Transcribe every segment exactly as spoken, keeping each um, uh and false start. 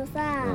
のさ、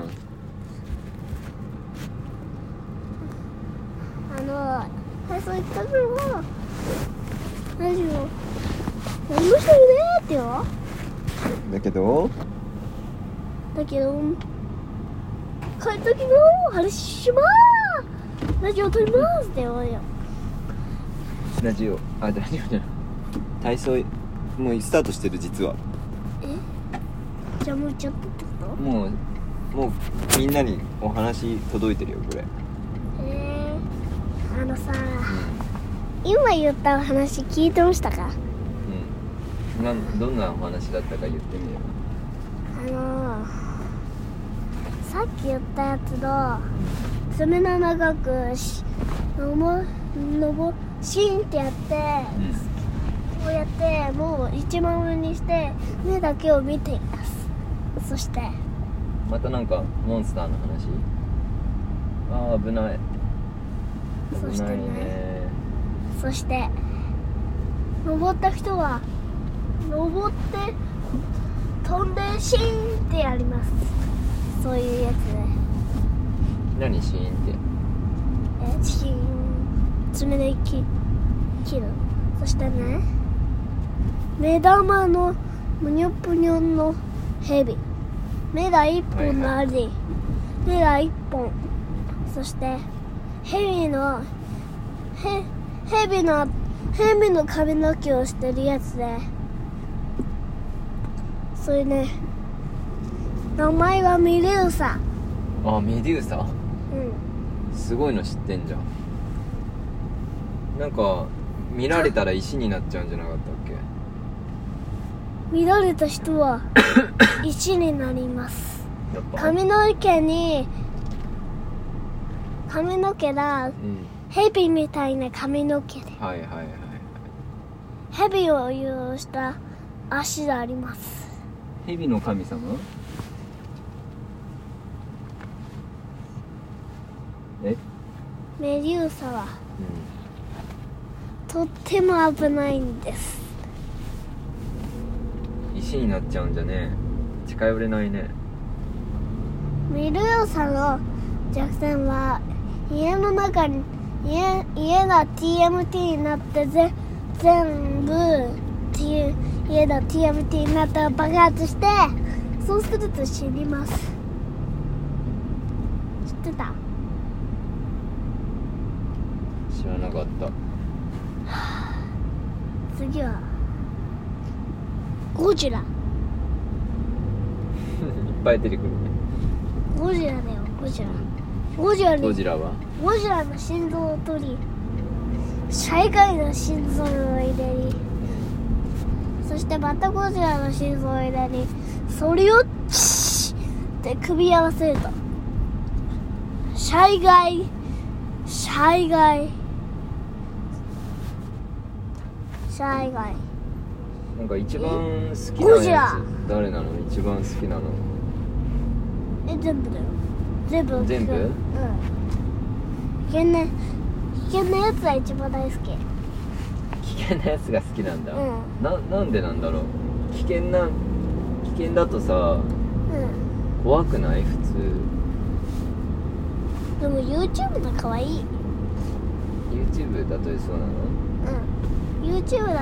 うん、あのはいそう言ったのはラジオ面白いねってよ。 だけどだけど帰った時の話しまーラジオ撮りますってよ。 ラジオあラジオじゃない体操もうスタートしてる実は。 えじゃあもうちょっとってこと？ もうもうみんなにお話届いてるよこれ。 えー、あのさ、うん、今言ったお話聞いてましたか？ うんなんどんなお話だったか言ってみれば。 あのー、さっき言ったやつの爪の長くしのぼのぼシーンってやって、うん、こうやってもう一番上にして目だけを見ています。そしてまたなんかモンスターの話。あー危ない。 そしてね、 危ないね。 そして登った人は登って飛んでシーンってやります。そういうやつで。 何シーンって？ えシーン爪で切る。そしてね目玉のむにょぷにょのヘビ目が一本のあり、はいはい、目が一本。そしてヘビのヘヘビのヘビの髪の毛をしてるやつで、それね名前はメデューサ。 あメデューサ、 うん、 すごいの知ってんじゃん。なんか見られたら石になっちゃうんじゃなかったっけ？ 見られた人は石になります。髪の毛に髪の毛だ、うん、ヘビみたいな髪の毛で、 はいはいはいはい、 ヘビを有した足があります。 ヘビの神様？え？ メデューサは、うん、とっても危ないんです。 石になっちゃうんじゃねえ。近寄れないね。 メデューサの弱点は家の中に 家, 家が ティーエムティー になってぜ全部 T 家が ティーエムティー になったら爆発して、そうすると死にます。知ってた？ 知らなかった。はあ、次はゴジラ。いっぱい出てくるね。 ゴジラだよゴジラ。ゴジラにゴジラはゴジラの心臓を取り、シャイガイの心臓を入れり、そしてまたゴジラの心臓を入れり、それをチッって組み合わせるとシャイガイシャイガイシャイガイ。 なんか一番好きなやつ誰なの？一番好きなの？ え全部だよ。全部全部？うん。 危険な危険なやつは一番大好き。 危険なやつが好きなんだ。 うん。 ななんでなんだろう。危険な危険だとさ、うん、怖くない？普通。 でも YouTube の可愛い。 YouTube だとそうなの？ うん。YouTube だとなんか全然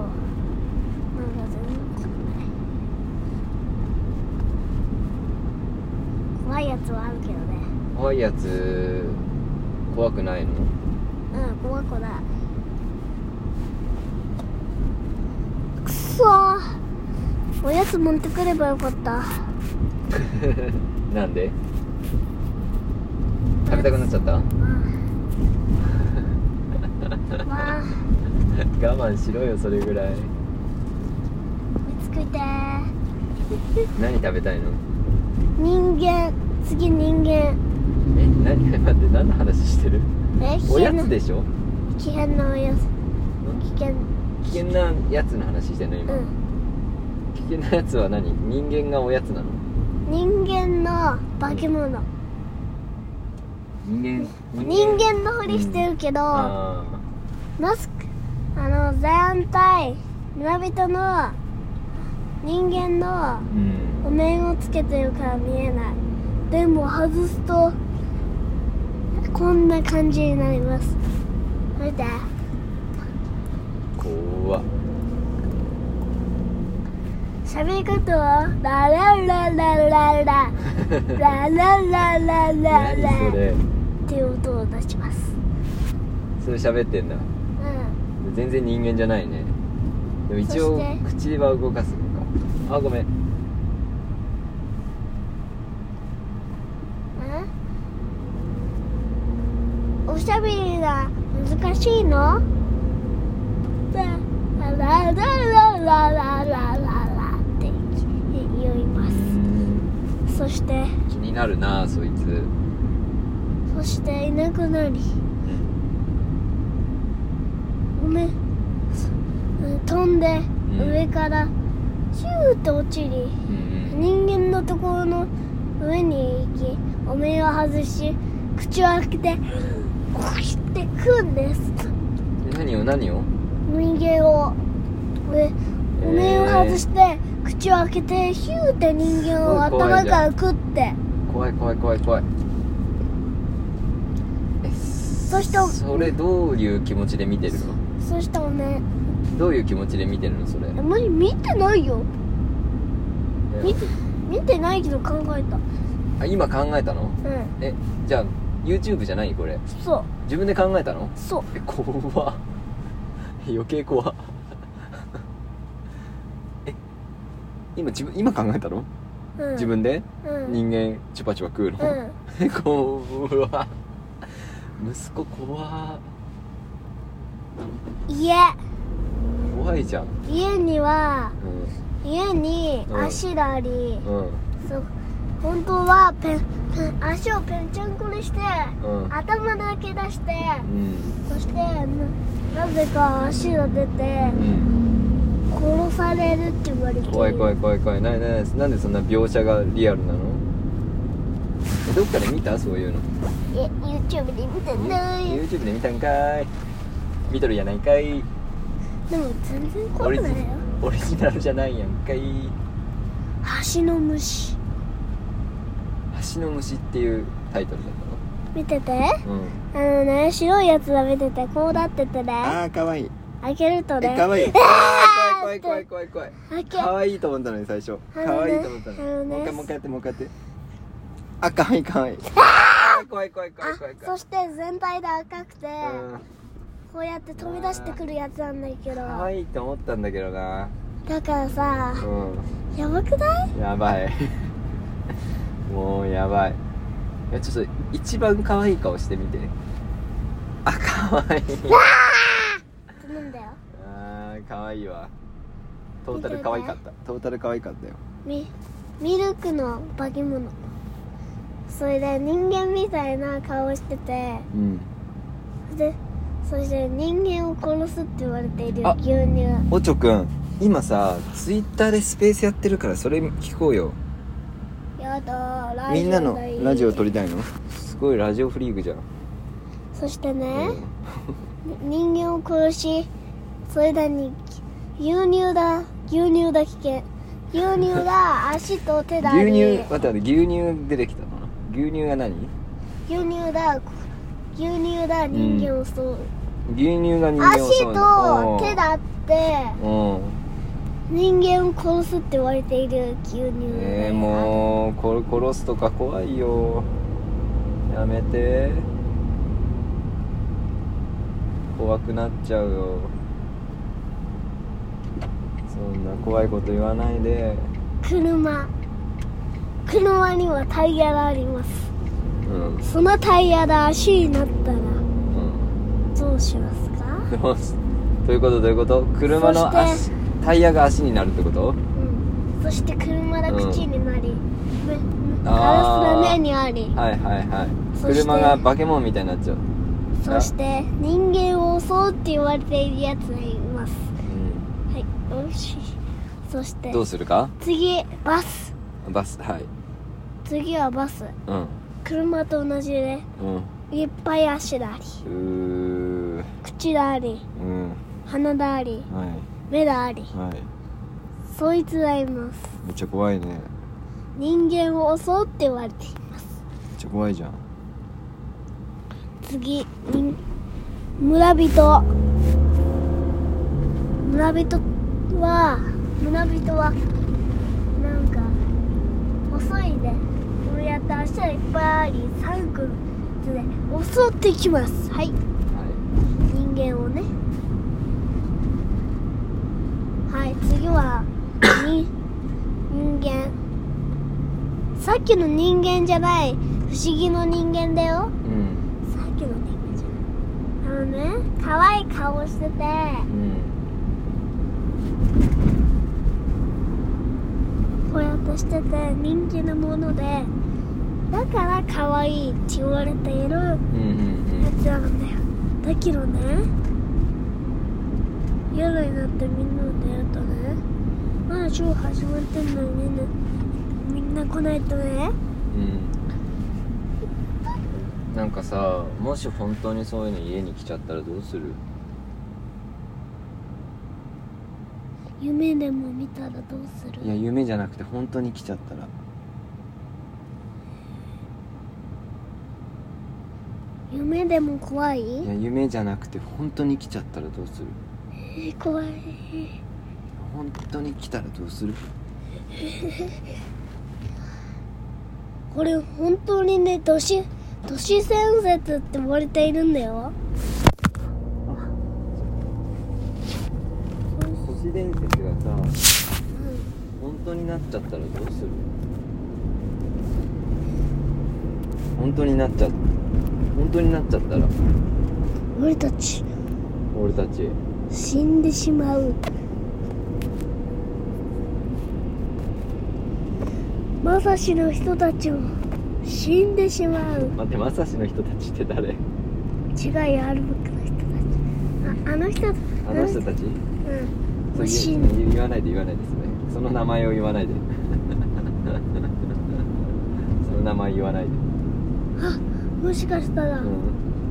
怖いやつはあるけどね。 怖いやつ怖くないの？ うん怖くない。くそー。おやつ持ってくればよかった。 なんで？食べたくなっちゃった？ まあ、 我慢しろよそれぐらい。 見つけてー。 何食べたいの？ 人間。次人間。 え、何？待って何の話してる？ え、 おやつでしょ？ 危険なおやつ。危険危険なやつの話してんの今、うん、危険なやつは何？人間がおやつなの？ 人間の化け物、 うん、人間人間のふりしてるけど、うん、マスクあの全体村人の人間のお面をつけてるから見えない、 でも外すとこんな感じになります。見て。 怖っ。 喋り方はララララララララララララ何それっていう音を出します。 それ喋ってんだ。 うん。 全然人間じゃないね。でも一応口は動かすのか。あ、ごめん。 おしゃべりが難しいの？ラララララララララって言います。そして気になるなそいつ。 そしていなくなり、ごめん、飛んで上からシューって落ちり、 うん、 人間のところの上に行き、お面を外し口を開けてこうして食うんです。 何を何を人間を上お面を外して口を開けてヒューって人間を頭から食って。 怖い怖い怖い怖い。えそしてそれどういう気持ちで見てるの？ そしたらね、 どういう気持ちで見てるのそれ？ え、マジ見てないよ。見て見てないけど考えた。 あ、今考えたの？ うん。 え、じゃあ YouTube じゃないこれ？ そう。 自分で考えたの？ そう。 え、怖っ。余計怖っ。え、今自分今考えたの？うん、自分で、うん、人間チュパチュパ食うの？うん、え、怖っ。息子怖っ。 家怖いじゃん。 家には、うん、家に足があり、うん、そう本当はペンペン足をぺんちゃんこにして、うん、頭だけ出して、うん、そして な, なぜか足が出て、うん、殺されるって言われてる。 怖い怖い怖い怖い。な, な, なんでそんな描写がリアルなの？え、どっかで見たそういうの？ え、YouTube で見たんだい。 YouTube で見たんかい。見とるやないかい。 でも全然怖くないよ。 オリジナルじゃないやんかい。 橋の虫。 橋の虫っていうタイトルだったの？ 見てて、うん、あのね、白いやつが見ててこうなっててね。 あーかわいい。 開けるとね、 かわいい。怖い怖い怖い怖い怖い。かわいいと思ったのに最初。かわいいと思ったのに、ね、もう一回もう一回やってもう一回やって。あ、かわいいかわいい。あー怖い怖い怖い怖い。 そして全体で赤くて、うん、こうやって飛び出してくるやつなんだけど。かわいいと思ったんだけどな。 だからさ、うん、やばくない？ やばい。もうやばい。いやちょっと一番可愛い顔してみて。あ、可愛い。 なんだよ。 あー可愛いわ。トータル可愛かった。トータル可愛かったよ。 ミミルクの化け物。それで人間みたいな顔してて、うん、でそして人間を殺すって言われている牛乳。 おちょくん、今さツイッターでスペースやってるからそれ聞こうよ。 やだ、ラジオ。 みんなのラジオ撮りたいの？すごいラジオフリークじゃん。 そしてね、うん、人間を殺し、それだに牛乳だ牛乳だ危険。牛乳が足と手だ。 牛乳、待って待って、牛乳出てきたの？牛乳が何？ 牛乳だ牛乳だ人間を襲う、うん、 牛乳が人間を襲う。 足と手だって、人間を殺すって言われている牛乳。 えー、もうこ殺すとか怖いよ。やめて。怖くなっちゃうよ。そんな怖いこと言わないで。 車車にはタイヤがあります、うん、そのタイヤが足になったら、うん、どうしますか？ どうしどういうことどういうこと？車の足タイヤが足になるってこと？うん、 そして車が口になり、うん、ガラスが目にあり、 はいはいはい、車が化け物みたいになっちゃう。 そして人間を襲うって言われているやつがいます、うん、はい、よし。そしてどうするか？ 次バスバス、はい。 次はバス、うん、車と同じで、うん、いっぱい足だあり、うー口だあり、うん、鼻だあり、はい、目だあり、はい、そいつがいます。 めっちゃ怖いね。 人間を襲うって言われています。 ちゃ怖いじゃん。 次、村人。村人は村人はなんか遅いで、こうやって足がいっぱいありサイクルで襲ってきます。はい、はい、人間をね。はい、次はに人間。さっきの人間じゃない、不思議の人間だよ。 うん、 さっきの人間じゃない。あのね、可愛い顔してて、 うん、 こうやってしてて人気のもので、だから可愛いって言われているやつなんだよ。だけどね、夜になってみんなでやるとね、まだショー始まってんのにね、みんな来ないとね、 うん、なんかさ、もし本当にそういうの家に来ちゃったらどうする？ 夢でも見たらどうする？ いや、夢じゃなくて本当に来ちゃったら。 夢でも怖い？ いや、夢じゃなくて本当に来ちゃったらどうする？ えー、怖い。 本当に来たらどうする？ これ本当にね、都市都市伝説って言われているんだよ。 都市伝説がさ、うん、本当になっちゃったらどうする？本当になっちゃ本当になっちゃったら俺たち俺たち死んでしまう。まさしの人たちも死んでしまう。 待って、まさしの人たちって誰？ 違い、アルバクの人たち。あ、あの人あの人たち？うん。そう言言わないで言わないですね。その名前を言わないで。その名前言わないで。 あ、もしかしたら、うん、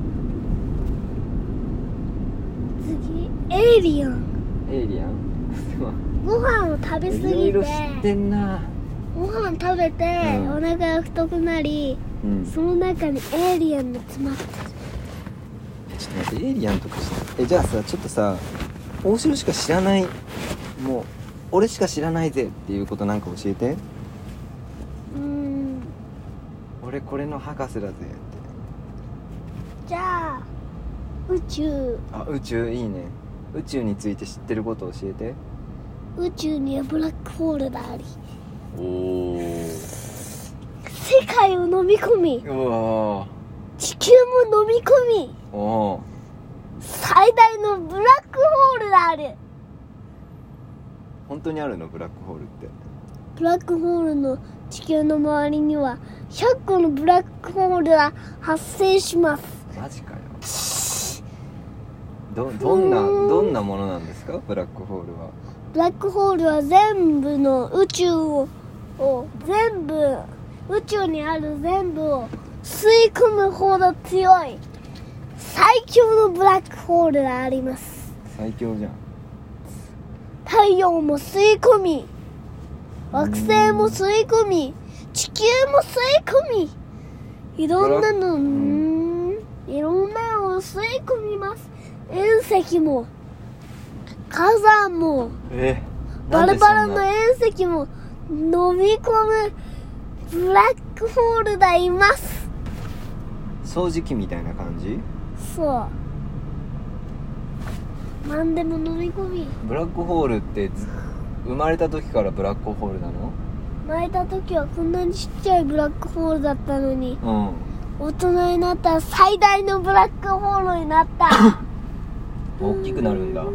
次エイリアン。 エイリアン？ ご飯を食べ過ぎて。いろいろ知ってんな。ご飯食べて、うん、お腹が太くなり、うん、その中にエイリアンが詰まってる。 ちょっと待って、エイリアンとかえじゃあさ、ちょっとさ、大城しか知らない、もう俺しか知らないぜっていうことなんか教えて。 うーん、 俺これの博士だぜって。 じゃあ宇宙。 あ、宇宙いいね。宇宙について知ってること教えて。 宇宙にはブラックホールがあり、 おー、 世界を飲み込み、 うわ、 地球も飲み込み、 おー、 最大のブラックホールがある。 本当にあるの？ブラックホールって。 ブラックホールの地球の周りにはひゃっこのブラックホールが発生します。 マジかよ。ど, どんなどんなものなんですか、ブラックホールは？ ブラックホールは全部の宇宙をを全部宇宙にある全部を吸い込むほど強い最強のブラックホールがあります。 最強じゃん。 太陽も吸い込み、惑星も吸い込み、地球も吸い込み、いろんなの、うん、いろんなのを吸い込みます。隕石も火山も、 えバラバラの隕石も飲み込むブラックホールがいます。 掃除機みたいな感じ？ そう、何でも飲み込み。 ブラックホールって生まれた時からブラックホールなの？ 生まれた時はこんなにちっちゃいブラックホールだったのに、うん、大人になったら最大のブラックホールになった大きくなるんだ。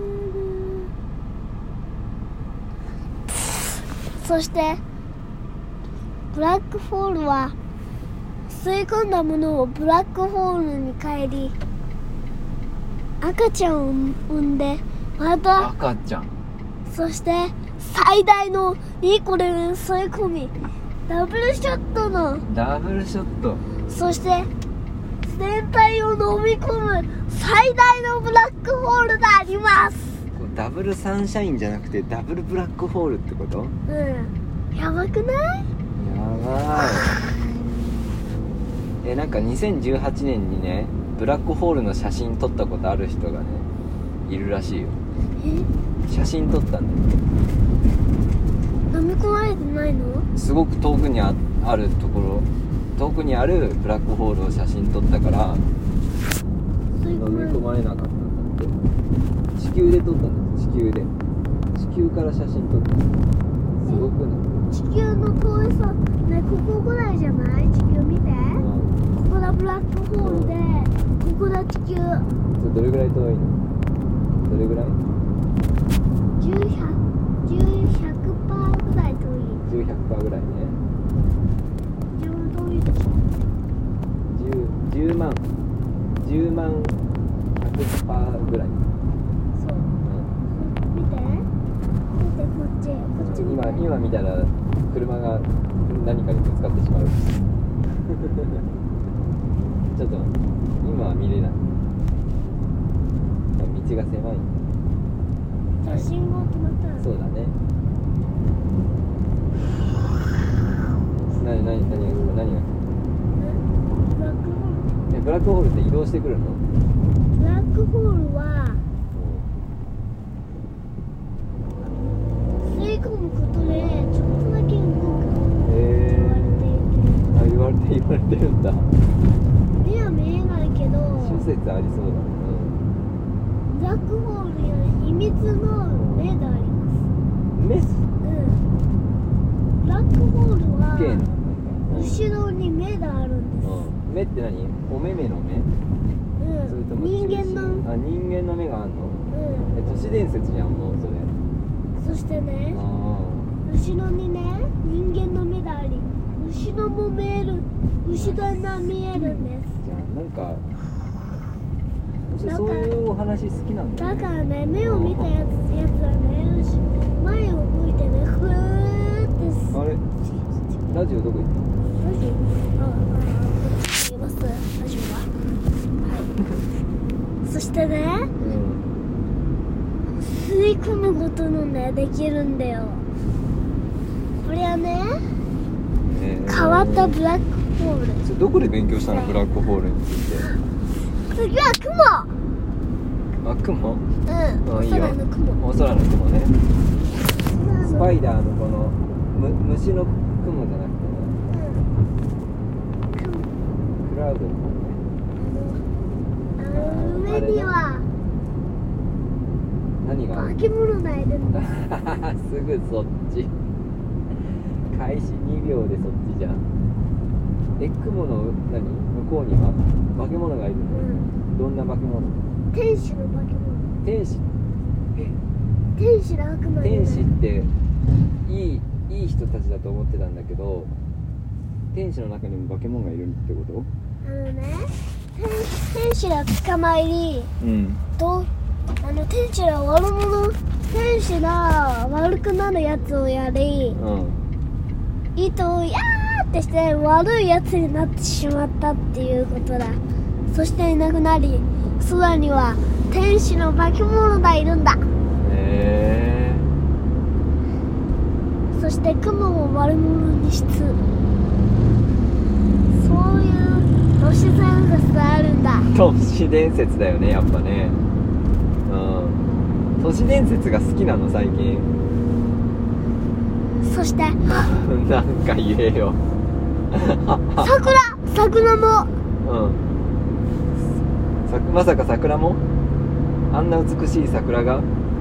そしてブラックホールは吸い込んだものをブラックホールに帰り、赤ちゃんを産んで、また赤ちゃん、 そして最大のニコレン吸い込み、ダブルショットのダブルショット、 そして全体を飲み込む最大のブラックホールがあります。 ダブルサンシャインじゃなくてダブルブラックホールってこと？うん、 やばくない？ やばい。 なんかにせんじゅうはちねんにねブラックホールの写真撮ったことある人がねいるらしいよ。 え、 写真撮ったんだよ。 飲み込まれてないの？ すごく遠くに あ, あるところ遠くにあるブラックホールを写真撮ったから飲み込まれなかったんだって。地球で撮ったんだよ。地球で地球から写真撮った。すごくね。 地球の遠いさ、ね、ここぐらいじゃない？地球見て、うん、ここだブラックホールで、うん、ここだ地球。それどれぐらい遠いの？どれぐらい？ じゅう、ひゃく、じゅう、ひゃくパーセントぐらい遠い。 じゅう、ひゃくパーセントぐらいね。 自分遠いでしょ。 じゅう、じゅうまんじゅうまんひゃくパーセントぐらい。 そう、うん、見て見てこっちこっち見て。 今今見たら車が何かにぶつかってしまうちょっと今は見れない。道が狭い。 じゃあ信号止まったら、 そうだね。何何何が何がブラックホール。 えブラックホールって移動してくるの？ ブラックホールは吸い込むことでちょっとだけ動く。 へー、あ、言われて言われてるんだ。 目は見えないけど諸説ありそうだね。 ブラックホールには秘密の目があります。 目？ うん。ブラックホールは剣後ろに目があるんです。 うん、目って何？お目目の目？ うん。 それとも人間の。 あ、人間の目があんの？ うん。 え、都市伝説じゃんもうそれ。 そしてね、 あ後ろにね人間の目があり、後ろも見える、後ろが見えるんです。 じゃあなんかそういうお話好きなんだ、ね、 だからね、目を見たやつ、やつはね、前を向いてね、ふーって。 あれラジオどこ行ったの？ ラジオ？ああ、こっちにいます、ラジオは。はいそしてね、うん、吸い込むことのね、できるんだよ。これはね、えー、変わったブラックホール。 それどこで勉強したの？ブラックホールについて。 次は雲。 あ、雲？うん。 あ、いいよ。空の雲。 お空の雲ね。スパイダーのこのむ虫の雲じゃなくてね。うん。クラウドの雲ね。 あの上には何が？ 化け物がいるんだ。 すぐそっち。開始にびょうでそっちじゃん。え、雲の何？向こうには化け物がいるの？うん。どんな化け物？ 天使の化け物。 天使？え？ 天使の悪魔。 天使っていいいい人たちだと思ってたんだけど、天使の中にも化け物がいるってこと？ あのね、天, 天使が捕まえり、うん、とあの天使が悪者、天使が悪くなるやつをやり、うん、糸をやーってして悪いやつになってしまったっていうことだ。そしていなくなり、空には天使の化け物がいるんだ。 へー。そして雲を悪者にしつつ、そういう都市伝説があるんだ。 都市伝説だよね、やっぱね。うん。都市伝説が好きなの最近。 そしてなんか言えよ。 桜、桜も。 うん。さまさか桜も？あんな美しい桜が？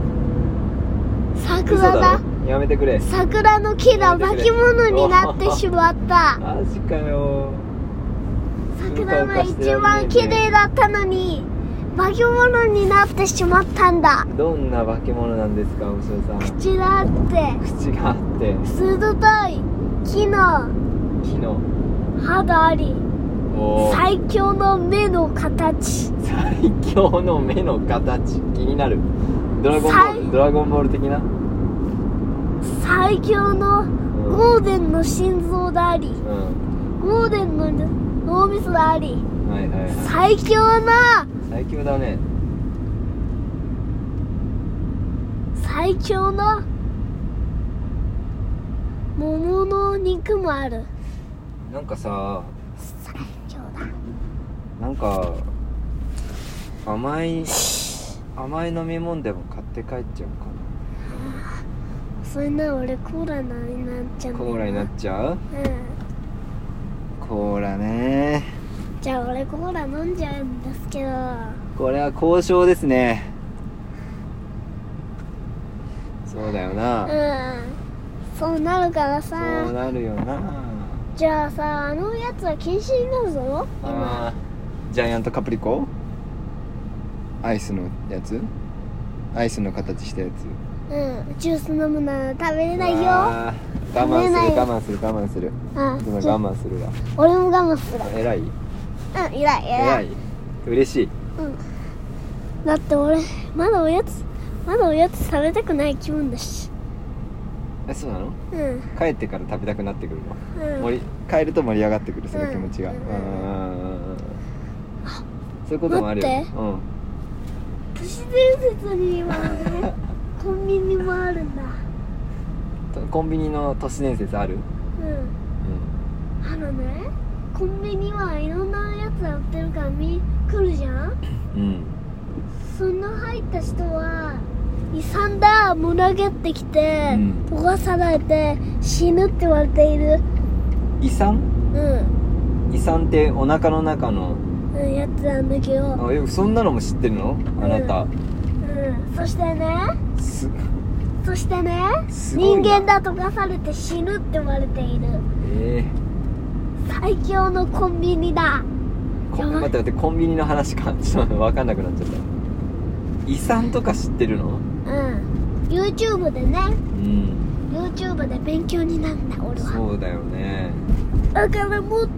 桜だ。 やめてくれ。 桜の木が化け物になってしまった。 マジかよ。 桜が一番綺麗だったのに化け物になってしまったんだ。 どんな化け物なんですか、おしょうさん？ 口があって、 口があって鋭い木の木の肌あり、最強の目の形。 最強の目の形、気になる。ドラゴンボール、ドラゴンボール的な最強のゴーデンの心臓であり、うん、ゴーデンの脳みそであり、はいはいはい、最強な最強だね。 最強の桃の肉もある。 なんかさ、 今日だ。 なんか甘い甘い飲み物でも買って帰っちゃうかそれな俺コーラになっちゃうな。コーラになっちゃう。 うんコーラね。 じゃあ俺コーラ飲んじゃうんですけど。 これは交渉ですね。そうだよな。 うんそうなるからさ。 そうなるよな。 じゃあさあのやつは禁止になるぞ今。 あージャイアントカプリコアイスのやつアイスの形したやつ。 うんジュース飲むなら食べれないよ。 あー我慢する食べれない我慢する我慢する。 あ今じゃあ我慢するわ。 俺も我慢する。 偉いうん偉い偉い。 偉い嬉しい。 うんだって俺まだおやつまだおやつ食べたくない気分だし。 えそうなの。 うん帰ってから食べたくなってくるの。 うん盛り帰ると盛り上がってくるその気持ちが。 ううんんうんうんうんそういうこともあるよ。 待ってうん都市伝説にはねコンビニもあるんだ。 とコンビニの都市伝説ある。 うんあのねコンビニはいろんなやつが売ってるからみ来るじゃん。 うんうんその入った人は胃酸だ群がってきて、 うん溶かされて死ぬって言われている。 胃酸うん胃酸ってお腹の中のうんやつなんだけど、 あえそんなのも知ってるのあなた。 うん、そしてねすそしてねすごいな人間だ溶かされて死ぬって言われているえ最強のコンビニだ。 ー、こやばい待って待ってコンビニの話かちょっと分かんなくなっちゃった。胃酸とか知ってるの。 うん YouTube でねうん YouTube で勉強になるんだ俺は。 そうだよね。 だからもう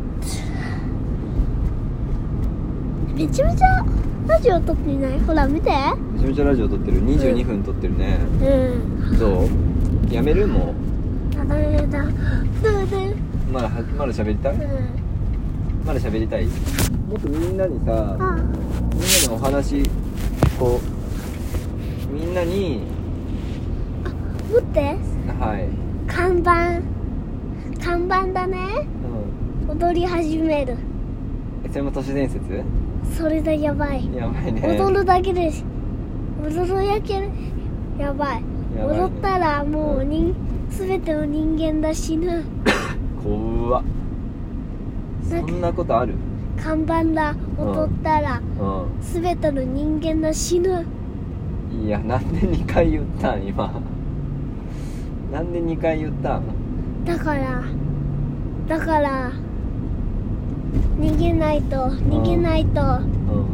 めちゃめちゃラジオ撮っていない。ほら見て。 めちゃめちゃラジオ撮ってる。にじゅうにふん撮ってるね。 うんどうやめるもダメだダメだうまだはまだ喋りたいうんまだ喋りたい。もっとみんなにさあみんなにお話こうみんなに待ってはい看板看板だね。 うん踊り始める。 えそれも都市伝説それだやばい。 やばいね。 踊るだけです踊るだけやばい。 やばいね踊ったらもう人全ての人間だ死ぬ。 怖っそんなことある。 看板だ踊ったらう全ての人間だ死ぬ。 んいやなんでにかい言ったん今なんでにかい言ったん。 だからだから逃げないと逃げないと。 うん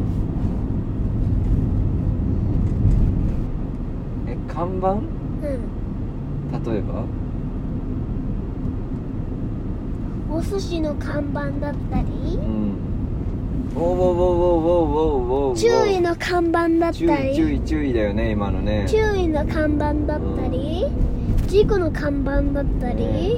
え看板うん例えばお寿司の看板だったりうんおーおーおーおーおーおーおー注意の看板だった注意注り意注意だよね今のね。 注意の看板だったり事故の看板だったり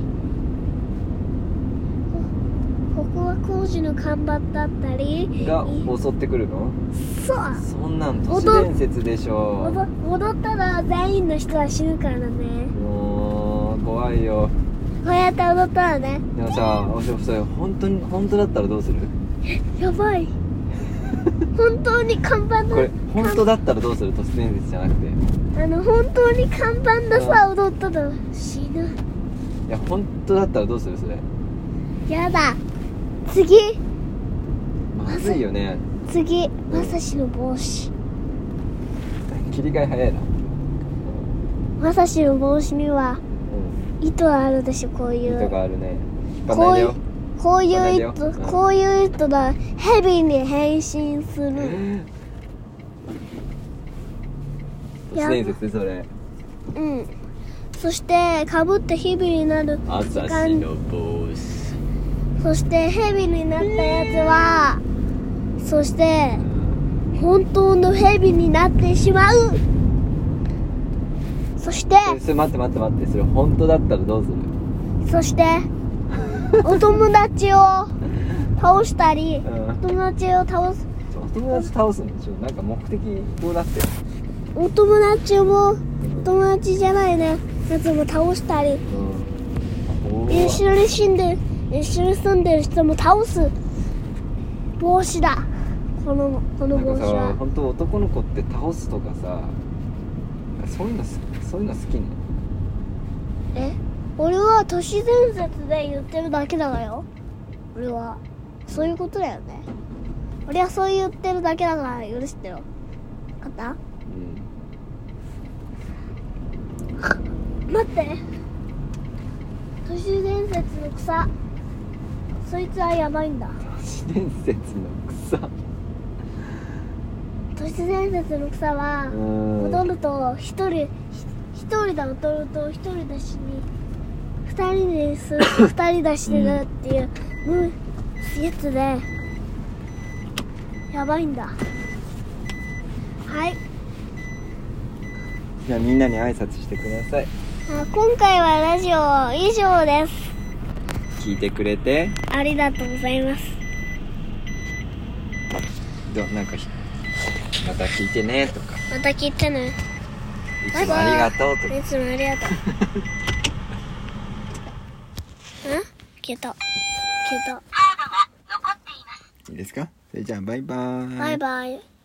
こここは工事の看板だったりがい襲ってくるの。 そうそんなん都市伝説でしょ。 踊踊ったら全員の人は死ぬからね。 もう怖いよ。 こうやって踊ったらねでもさおしょそれ本当に本当だったらどうする。 やばい本当に看板だこれ本当だったらどうする。都市伝説じゃなくてあの本当に看板でさ踊ったら死ぬ。 いや本当だったらどうするそれ。 やだ次まずいよね。 次まさしの帽子。 切り替え早いな。 まさしの帽子にはうん糸があるでしょ。こうい糸うがあるね。引っ張んないでよ。 こうい引っ張んないうでよ糸うんこういう糸がヘビに変身する。 都市伝説それ。 うんそしてかぶってヘビになる時朝間日の帽子。 そしてヘビになったやつはそして本当のヘビになってしまう。そしてえそれ待って待って待ってそれ本当だったらどうする。 そしてお友達を倒したりうんお友達を倒すお友達倒すんでしょ。なんか目的こうなってる。 お友達もお友達じゃないねやつも倒したりうん一緒に死んで一緒に住んでる人も倒す。 帽子だ。このこの帽子なんかさ、 は本当男の子って倒すとかさ、そういうのすそういうの好きね。 え俺は都市伝説で言ってるだけだからよ。俺はそういうことだよね。俺はそう言ってるだけだから許してよ。分かった？ うん。 待って、都市伝説の草、そいつはやばいんだ。 都市伝説の草。 都市伝説の草はうん踊ると一人一人で踊ると一人出しに二人ですると二人出してるっていう、うん、やつでやばいんだ。はい、 じゃあみんなに挨拶してください。 あ今回はラジオ以上です。 聞いてくれてありがとうございます。 どなんかひまた聞いてねとか、 また聞いてね。 いつもありがとうとか。 いつもありがとう。ん？消えた。消えた。 いいですか？それじゃあバイバーイ。 バイバイ。